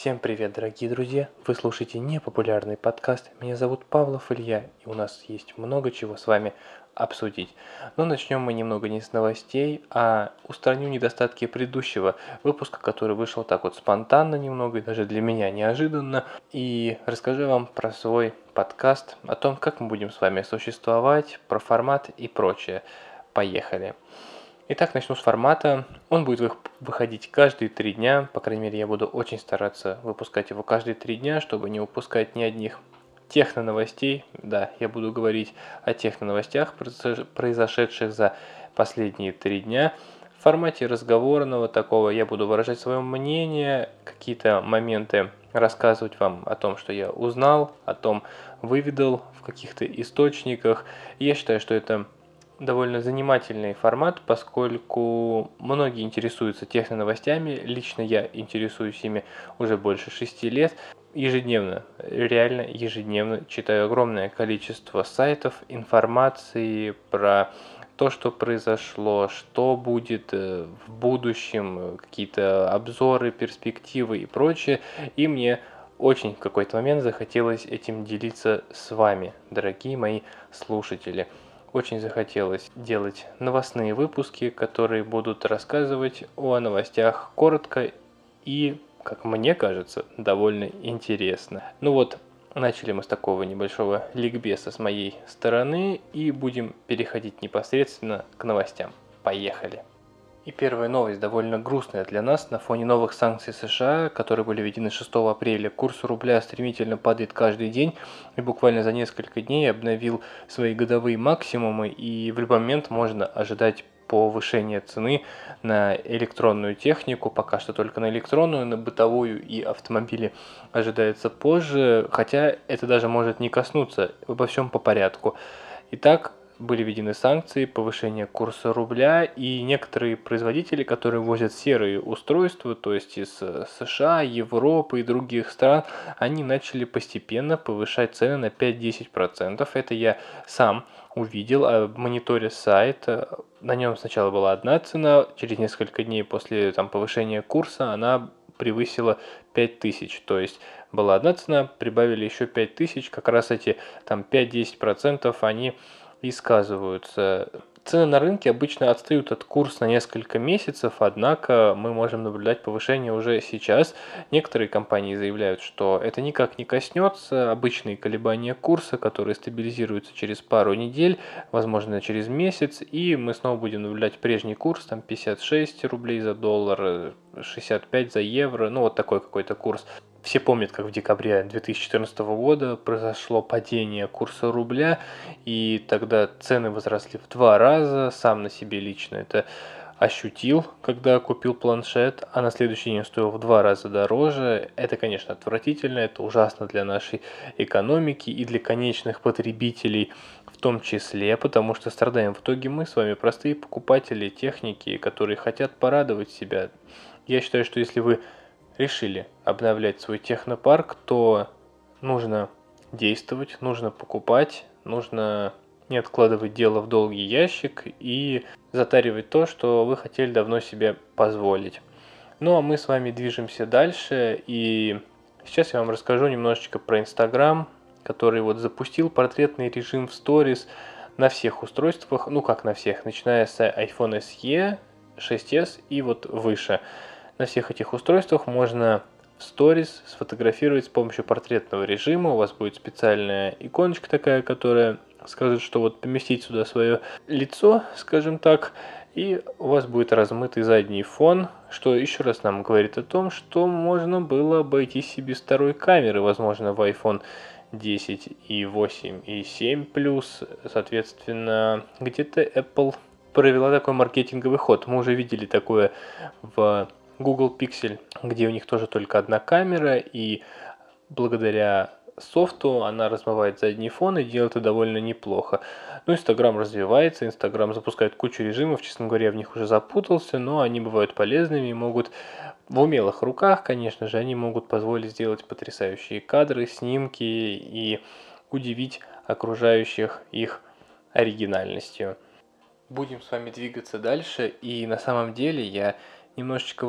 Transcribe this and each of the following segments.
Всем привет, дорогие друзья! Вы слушаете непопулярный подкаст. Меня зовут Павлов Илья, и у нас есть много чего с вами обсудить. Но начнем мы немного не с новостей, а устраню недостатки предыдущего выпуска, который вышел так вот спонтанно немного, и даже для меня неожиданно. И расскажу вам про свой подкаст, о том, как мы будем с вами существовать, про формат и прочее. Поехали! Итак, начну с формата. Он будет выходить каждые 3 дня. По крайней мере, я буду очень стараться выпускать его каждые 3 дня, чтобы не упускать ни одних техноновостей. Да, я буду говорить о техноновостях, произошедших за последние 3 дня. В формате разговорного такого я буду выражать свое мнение, какие-то моменты рассказывать вам о том, что я узнал, о том, выведал в каких-то источниках. И я считаю, что это довольно занимательный формат, поскольку многие интересуются техноновостями. Лично я интересуюсь ими уже больше 6 лет. Ежедневно, реально ежедневно читаю огромное количество сайтов, информации про то, что произошло, что будет в будущем, какие-то обзоры, перспективы и прочее. И мне очень в какой-то момент захотелось этим делиться с вами, дорогие мои слушатели. Очень захотелось делать новостные выпуски, которые будут рассказывать о новостях коротко и, как мне кажется, довольно интересно. Ну вот, начали мы с такого небольшого ликбеза с моей стороны и будем переходить непосредственно к новостям. Поехали! И первая новость довольно грустная для нас. На фоне новых санкций США, которые были введены 6 апреля, курс рубля стремительно падает каждый день и буквально за несколько дней обновил свои годовые максимумы, и в любой момент можно ожидать повышения цены на электронную технику, пока что только на электронную, на бытовую и автомобили ожидается позже, хотя это даже может не коснуться, обо всем по порядку. Итак, были введены санкции, повышение курса рубля, и некоторые производители, которые возят серые устройства, то есть из США, Европы и других стран, они начали постепенно повышать цены на 5-10%. Это я сам увидел, мониторя сайт. На нем сначала была одна цена, через несколько дней после повышения курса она превысила 5000, то есть была одна цена, прибавили еще 5000, как раз эти 5-10% они и сказываются. Цены на рынке обычно отстают от курса на несколько месяцев, однако мы можем наблюдать повышение уже сейчас. Некоторые компании заявляют, что это никак не коснется обычные колебания курса, которые стабилизируются через пару недель, возможно через месяц, и мы снова будем наблюдать прежний курс, 56 рублей за доллар, 65 за евро, ну вот такой какой-то курс. Все помнят, как в декабре 2014 года произошло падение курса рубля, и тогда цены возросли в 2 раза. Сам на себе лично это ощутил, когда купил планшет, а на следующий день стоил в 2 раза дороже. Это, конечно, отвратительно, это ужасно для нашей экономики и для конечных потребителей в том числе, потому что страдаем в итоге мы с вами, простые покупатели техники, которые хотят порадовать себя. Я считаю, что если вы решили обновлять свой технопарк, то нужно действовать, нужно покупать, нужно не откладывать дело в долгий ящик и затаривать то, что вы хотели давно себе позволить. Ну а мы с вами движемся дальше, и сейчас я вам расскажу немножечко про Instagram, который вот запустил портретный режим в Stories на всех устройствах, ну как на всех, начиная с iPhone SE, 6s и вот выше. На всех этих устройствах можно в Stories сфотографировать с помощью портретного режима. У вас будет специальная иконочка такая, которая скажет, что вот поместить сюда свое лицо, скажем так, и у вас будет размытый задний фон, что еще раз нам говорит о том, что можно было обойтись и без второй камеры, возможно, в iPhone 10 и 8 и 7 плюс, соответственно, где-то Apple провела такой маркетинговый ход. Мы уже видели такое в Google Pixel, где у них тоже только одна камера, и благодаря софту она размывает задний фон и делает это довольно неплохо. Ну, Instagram развивается, Instagram запускает кучу режимов, честно говоря, я в них уже запутался, но они бывают полезными и могут в умелых руках, конечно же, они могут позволить сделать потрясающие кадры, снимки и удивить окружающих их оригинальностью. Будем с вами двигаться дальше, и на самом деле я немножечко вам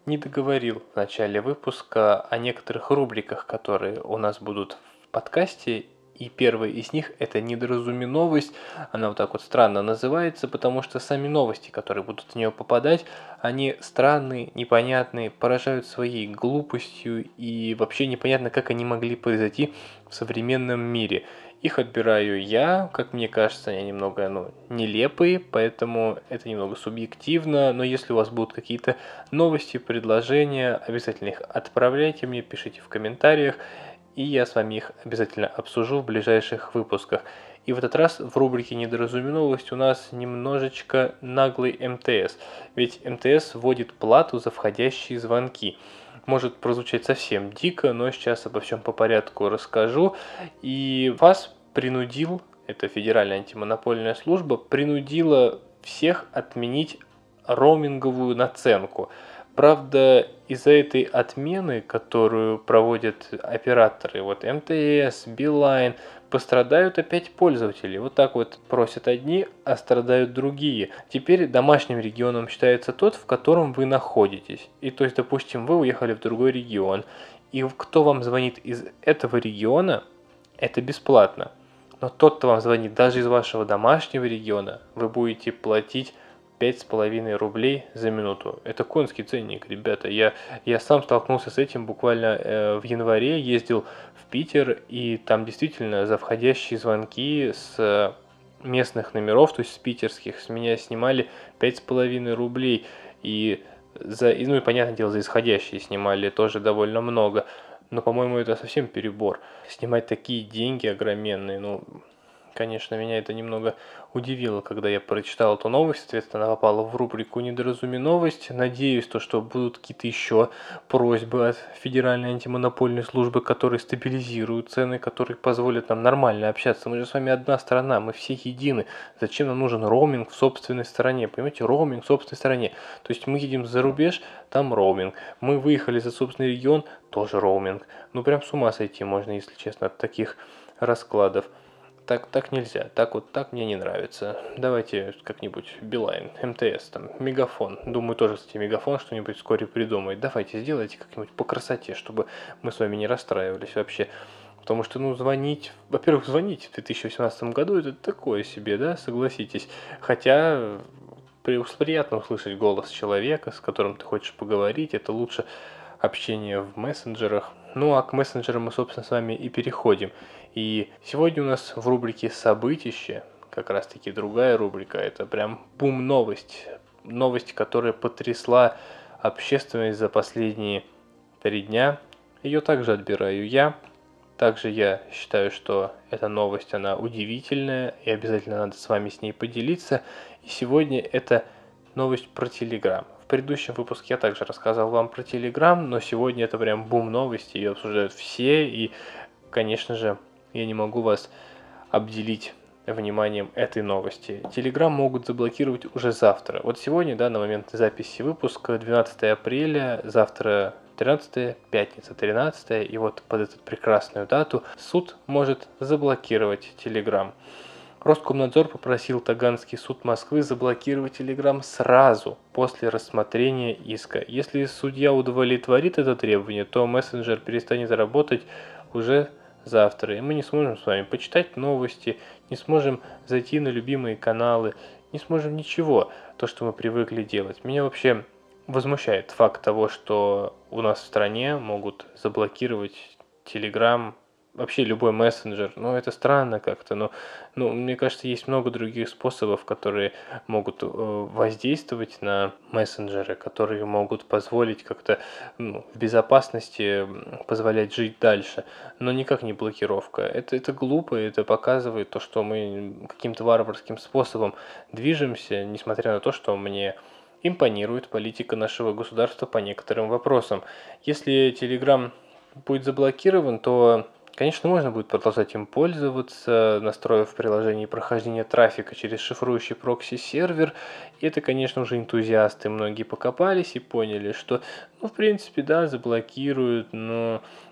не договорил в начале выпуска о некоторых рубриках, которые у нас будут в подкасте. И первая из них – это недоразуменовость. Она вот так вот странно называется, потому что сами новости, которые будут в нее попадать, они странные, непонятные, поражают своей глупостью и вообще непонятно, как они могли произойти в современном мире. Их отбираю я, как мне кажется, они немного нелепые, поэтому это немного субъективно, но если у вас будут какие-то новости, предложения, обязательно их отправляйте мне, пишите в комментариях, и я с вами их обязательно обсужу в ближайших выпусках. И в этот раз в рубрике «Недоразуменность» у нас немножечко наглый МТС, ведь МТС вводит плату за входящие звонки. Может прозвучать совсем дико, но сейчас обо всем по порядку расскажу. И вас принудил, это Федеральная антимонопольная служба, принудила всех отменить роуминговую наценку. Правда, из-за этой отмены, которую проводят операторы, вот МТС, Билайн, пострадают опять пользователи. Вот так вот просят одни, а страдают другие. Теперь домашним регионом считается тот, в котором вы находитесь. И то есть, допустим, вы уехали в другой регион, и кто вам звонит из этого региона, это бесплатно. Но тот, кто вам звонит даже из вашего домашнего региона, вы будете платить 5,5 рублей за минуту. Это конский ценник, ребята. Я сам столкнулся с этим буквально в январе, ездил в Питер, и там действительно за входящие звонки с местных номеров, то есть с питерских, с меня снимали 5,5 рублей. Ну и понятное дело, за исходящие снимали тоже довольно много. Но, по-моему, это совсем перебор. Снимать такие деньги огроменные, конечно, меня это немного удивило, когда я прочитал эту новость, соответственно, она попала в рубрику «Недоразуменовость». Надеюсь, что будут какие-то еще просьбы от Федеральной антимонопольной службы, которые стабилизируют цены, которые позволят нам нормально общаться. Мы же с вами одна страна, мы все едины. Зачем нам нужен роуминг в собственной стране? Понимаете, роуминг в собственной стране. То есть мы едем за рубеж, там роуминг. Мы выехали за собственный регион, тоже роуминг. Прям с ума сойти можно, если честно, от таких раскладов. Так нельзя, так мне не нравится. Давайте как-нибудь Билайн, МТС, там, Мегафон. Думаю, тоже, кстати, Мегафон что-нибудь вскоре придумает. Давайте сделайте как-нибудь по красоте, чтобы мы с вами не расстраивались вообще. Потому что, звонить... Во-первых, звонить в 2018 году это такое себе, да, согласитесь. Хотя приятно услышать голос человека, с которым ты хочешь поговорить. Это лучше общение в мессенджерах. А к мессенджерам мы, собственно, с вами и переходим. И сегодня у нас в рубрике «Событище», как раз таки другая рубрика, это прям бум-новость. Новость, которая потрясла общественность за последние 3 дня. Ее также отбираю я. Также я считаю, что эта новость, она удивительная, и обязательно надо с вами с ней поделиться. И сегодня это новость про Telegram. В предыдущем выпуске я также рассказал вам про Telegram, но сегодня это прям бум новости, ее обсуждают все, и, конечно же, я не могу вас обделить вниманием этой новости. Telegram могут заблокировать уже завтра. Вот сегодня, на момент записи выпуска, 12 апреля, завтра 13, пятница 13, и вот под эту прекрасную дату суд может заблокировать Telegram. Роскомнадзор попросил Таганский суд Москвы заблокировать Telegram сразу после рассмотрения иска. Если судья удовлетворит это требование, то мессенджер перестанет работать уже завтра, и мы не сможем с вами почитать новости, не сможем зайти на любимые каналы, не сможем ничего, то, что мы привыкли делать. Меня вообще возмущает факт того, что у нас в стране могут заблокировать Telegram, вообще любой мессенджер. Это странно как-то, мне кажется, есть много других способов, которые могут воздействовать на мессенджеры, которые могут позволить как-то в безопасности позволять жить дальше, но никак не блокировка. Это глупо, это показывает то, что мы каким-то варварским способом движемся, несмотря на то, что мне импонирует политика нашего государства по некоторым вопросам. Если Telegram будет заблокирован, то, конечно, можно будет продолжать им пользоваться, настроив в приложении прохождение трафика через шифрующий прокси-сервер. И это, конечно, уже энтузиасты многие покопались и поняли, что, в принципе, да, заблокируют, но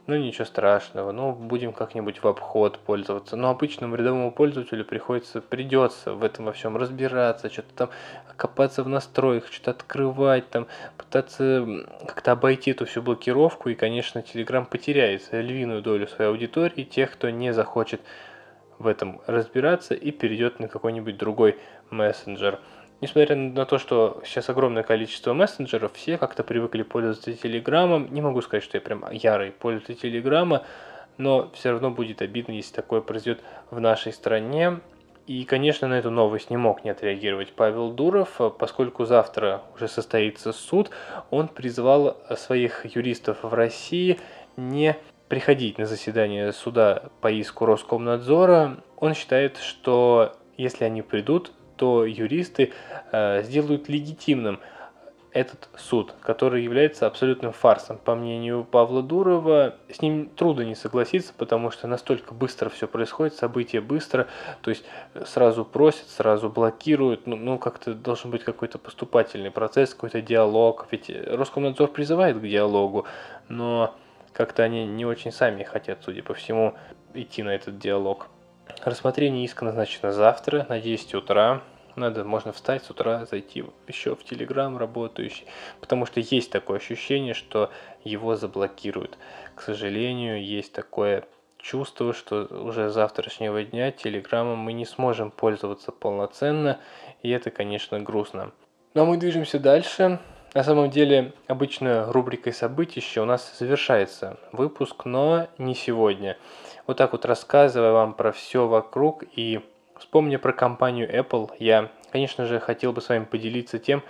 Ну, ничего страшного, ну, будем как-нибудь в обход пользоваться. Но обычному рядовому пользователю придется в этом во всем разбираться, что-то там копаться в настроях, что-то открывать, там, пытаться как-то обойти эту всю блокировку. И, конечно, Telegram потеряет львиную долю своей аудитории, тех, кто не захочет в этом разбираться и перейдет на какой-нибудь другой мессенджер. Несмотря на то, что сейчас огромное количество мессенджеров, все как-то привыкли пользоваться Телеграмом. Не могу сказать, что я прям ярый пользователь Телеграма, но все равно будет обидно, если такое произойдет в нашей стране. И, конечно, на эту новость не мог не отреагировать Павел Дуров, поскольку завтра уже состоится суд. Он призвал своих юристов в России не приходить на заседание суда по иску Роскомнадзора. Он считает, что если они придут, то юристы сделают легитимным этот суд, который является абсолютным фарсом. По мнению Павла Дурова, с ним трудно не согласиться, потому что настолько быстро все происходит, события быстро, то есть сразу просят, сразу блокируют, ну как-то должен быть какой-то поступательный процесс, какой-то диалог, ведь Роскомнадзор призывает к диалогу, но как-то они не очень сами хотят, судя по всему, идти на этот диалог. Рассмотрение иска назначено завтра на 10 утра. Можно встать с утра, зайти еще в Telegram работающий, потому что есть такое ощущение, что его заблокируют. К сожалению, есть такое чувство, что уже с завтрашнего дня Телеграмом мы не сможем пользоваться полноценно, и это, конечно, грустно. Но мы движемся дальше. На самом деле, обычно рубрикой «Событища» у нас завершается выпуск, но не сегодня. Вот так вот рассказывая вам про все вокруг и вспомня про компанию Apple, я, конечно же, хотел бы с вами поделиться тем,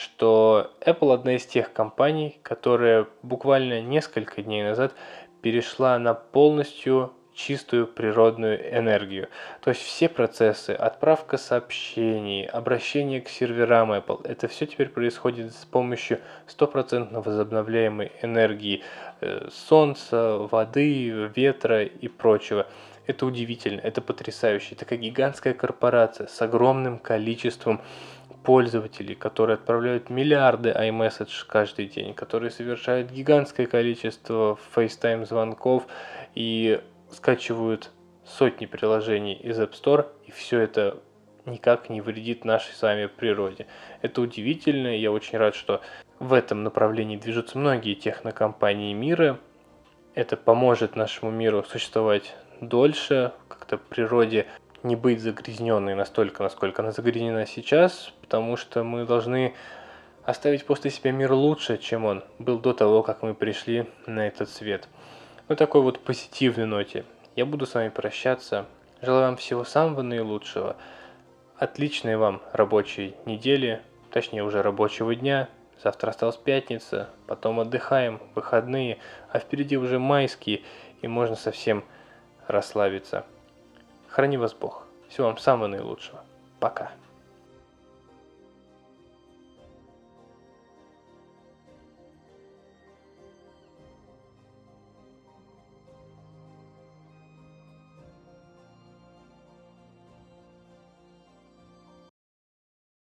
что Apple одна из тех компаний, которая буквально несколько дней назад перешла на полностью чистую природную энергию. То есть все процессы, отправка сообщений, обращение к серверам Apple, это все теперь происходит с помощью 100% возобновляемой энергии солнца, воды, ветра и прочего. Это удивительно, это потрясающе. Такая гигантская корпорация с огромным количеством пользователей, которые отправляют миллиарды iMessage каждый день, которые совершают гигантское количество FaceTime звонков и скачивают сотни приложений из App Store, и все это никак не вредит нашей с вами природе. Это удивительно, и я очень рад, что в этом направлении движутся многие технокомпании мира. Это поможет нашему миру существовать дольше, как-то природе не быть загрязненной настолько, насколько она загрязнена сейчас, потому что мы должны оставить после себя мир лучше, чем он был до того, как мы пришли на этот свет. На такой вот позитивной ноте я буду с вами прощаться. Желаю вам всего самого наилучшего. Отличной вам рабочей недели, точнее уже рабочего дня. Завтра осталась пятница, потом отдыхаем, выходные, а впереди уже майские, и можно совсем расслабиться. Храни вас Бог. Всего вам самого наилучшего. Пока.